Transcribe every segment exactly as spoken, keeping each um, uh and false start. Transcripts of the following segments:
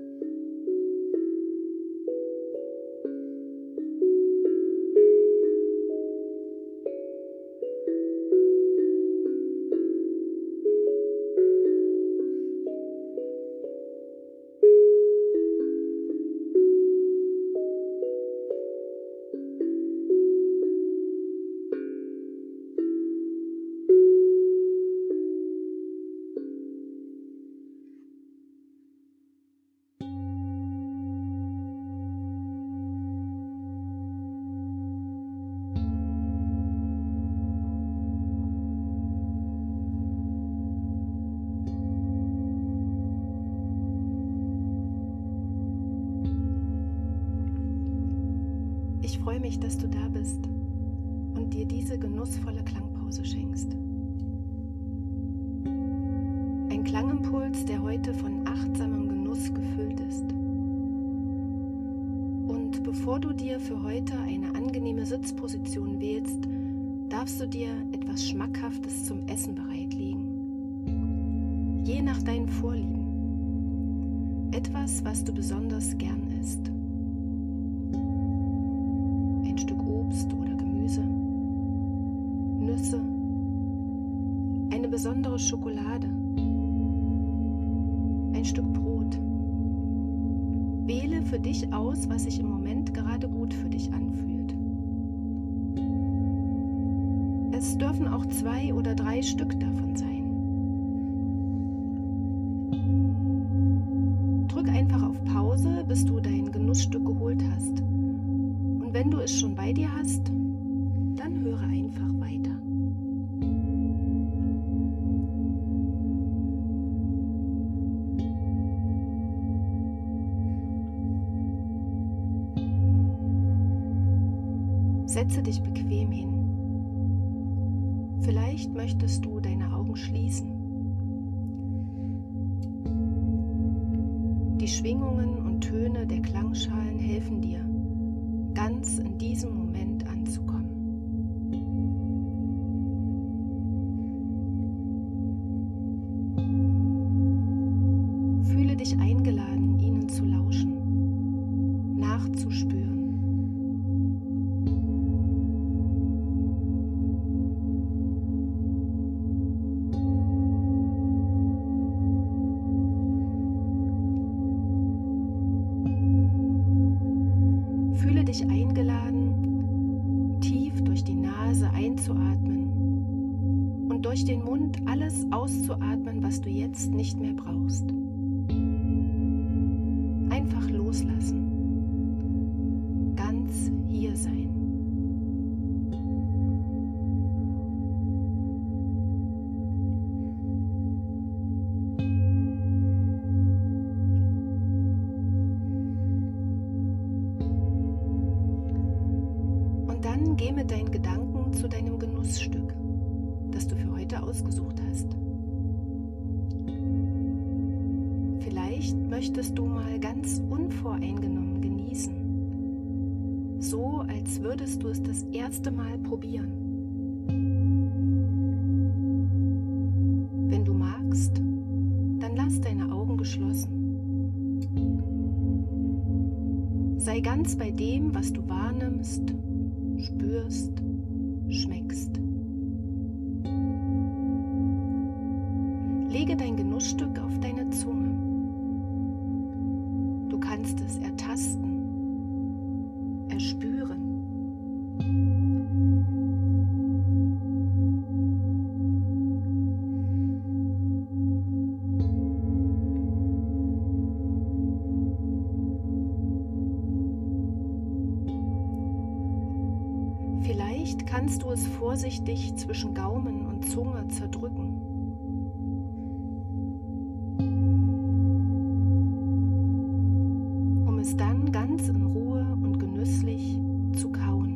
Ich freue mich, dass du da bist und dir diese genussvolle Klangpause schenkst. Ein Klangimpuls, der heute von achtsamem Genuss gefüllt ist. Und bevor du dir für heute eine angenehme Sitzposition wählst, darfst du dir etwas Schmackhaftes zum Essen bereitlegen. Je nach deinen Vorlieben. Etwas, was du besonders gern isst. Ein Stück Obst oder Gemüse, Nüsse, eine besondere Schokolade, ein Stück Brot. Wähle für dich aus, was sich im Moment gerade gut für dich anfühlt. Es dürfen auch zwei oder drei Stück davon sein. Drück einfach auf Pause, bis du dein Genussstück geholt hast. Und wenn du es schon bei dir hast, dann höre einfach weiter. Setze dich bequem hin. Vielleicht möchtest du deine Augen schließen. Die Schwingungen und Töne der Klangschalen helfen dir, ganz in diesem Moment anzukommen. Fühle dich eingeladen, ihnen zu lauschen, nachzuspüren. Fühle dich eingeladen, tief durch die Nase einzuatmen und durch den Mund alles auszuatmen, was du jetzt nicht mehr brauchst. Einfach loslassen, ganz hier sein. Dann geh mit deinen Gedanken zu deinem Genussstück, das du für heute ausgesucht hast. Vielleicht möchtest du mal ganz unvoreingenommen genießen, so als würdest du es das erste Mal probieren. Wenn du magst, dann lass deine Augen geschlossen. Sei ganz bei dem, was du wahrnimmst, spürst, schmeckst. Lege dein Genussstück auf deine Zunge. Du kannst es ertasten, erspüren. Vielleicht kannst du es vorsichtig zwischen Gaumen und Zunge zerdrücken. Um es dann ganz in Ruhe und genüsslich zu kauen.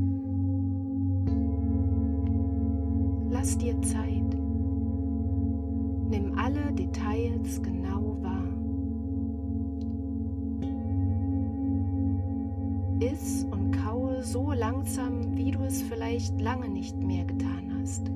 Lass dir Zeit. Nimm alle Details genau wahr. Iss und kaue so langsam, wie du es vielleicht lange nicht mehr getan hast.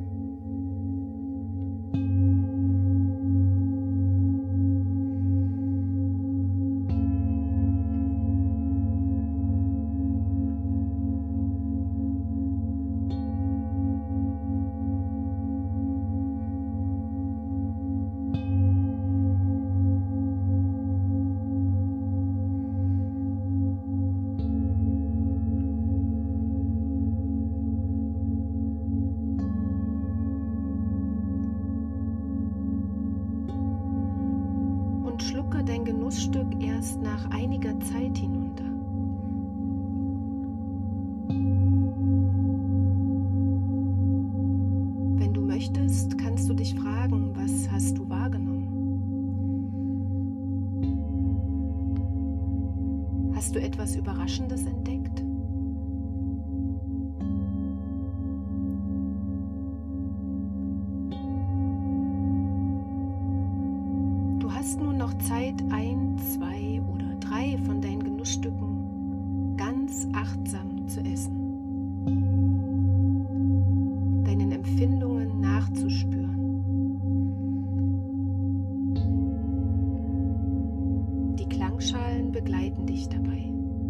dein Genussstück erst nach einiger Zeit hinunter. Wenn du möchtest, kannst du dich fragen, was hast du wahrgenommen? Hast du etwas Überraschendes entdeckt? Du hast nun noch Zeit, ein, zwei oder drei von deinen Genussstücken ganz achtsam zu essen, deinen Empfindungen nachzuspüren. Die Klangschalen begleiten dich dabei.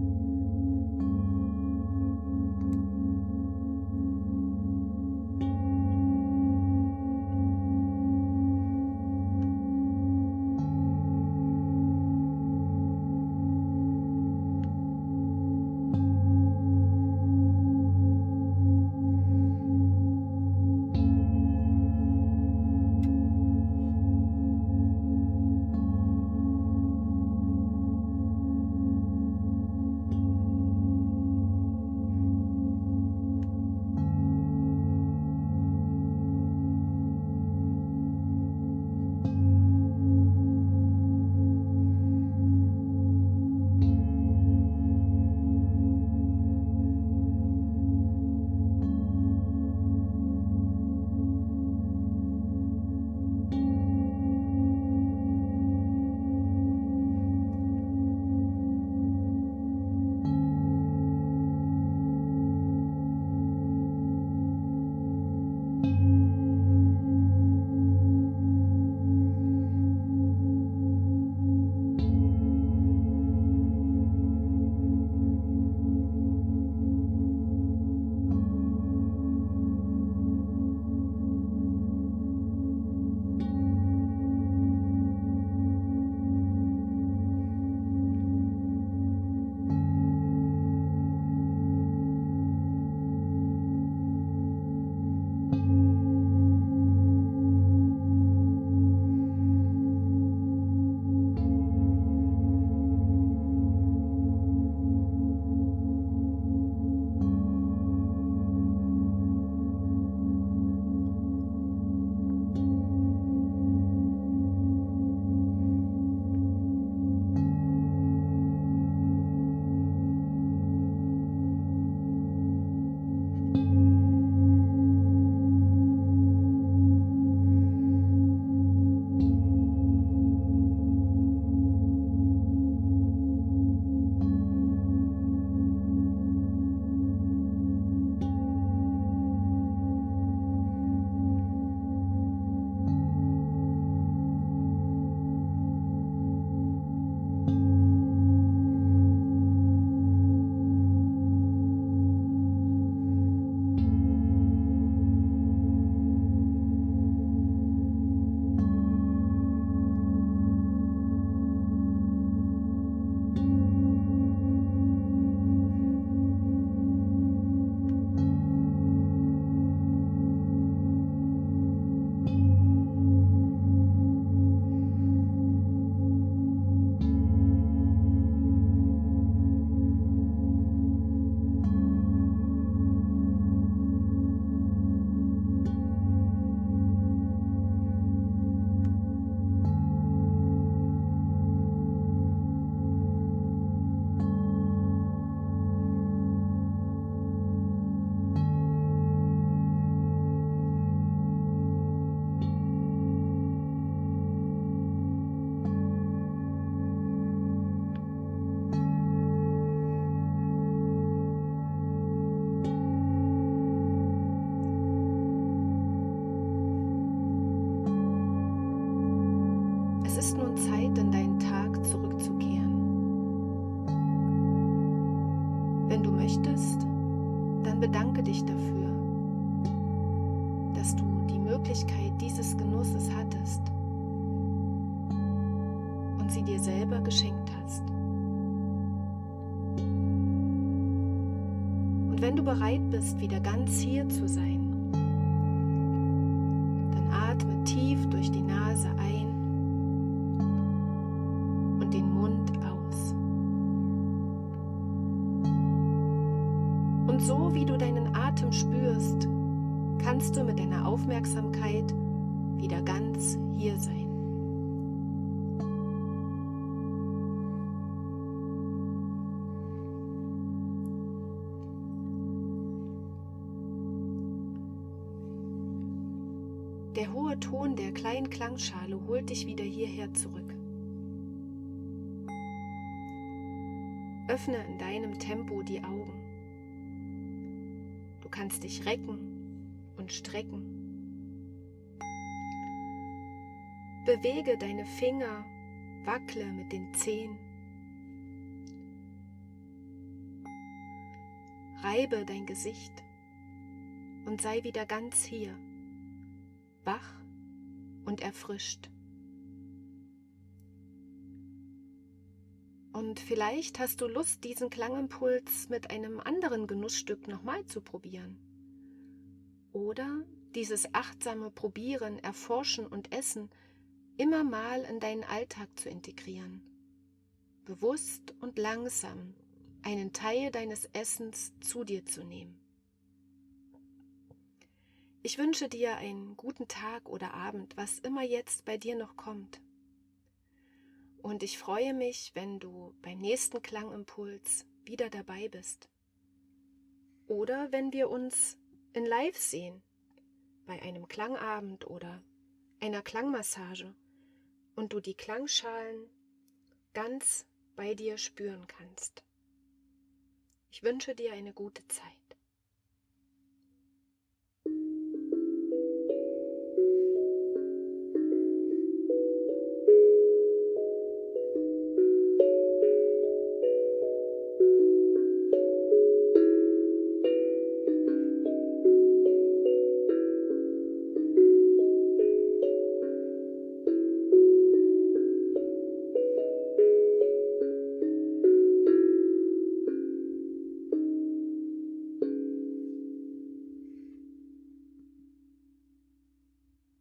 ist nun Zeit, in deinen Tag zurückzukehren. Wenn du möchtest, dann bedanke dich dafür, dass du die Möglichkeit dieses Genusses hattest und sie dir selber geschenkt hast. Und wenn du bereit bist, wieder ganz hier zu sein, dann atme tief durch die Nase ein Aufmerksamkeit wieder ganz hier sein. Der hohe Ton der kleinen Klangschale holt dich wieder hierher zurück. Öffne in deinem Tempo die Augen. Du kannst dich recken und strecken. Bewege deine Finger, wackle mit den Zehen. Reibe dein Gesicht und sei wieder ganz hier, wach und erfrischt. Und vielleicht hast du Lust, diesen Klangimpuls mit einem anderen Genussstück nochmal zu probieren. Oder dieses achtsame Probieren, Erforschen und Essen immer mal in deinen Alltag zu integrieren. Bewusst und langsam einen Teil deines Essens zu dir zu nehmen. Ich wünsche dir einen guten Tag oder Abend, was immer jetzt bei dir noch kommt. Und ich freue mich, wenn du beim nächsten Klangimpuls wieder dabei bist. Oder wenn wir uns in Live sehen, bei einem Klangabend oder einer Klangmassage und du die Klangschalen ganz bei dir spüren kannst. Ich wünsche dir eine gute Zeit.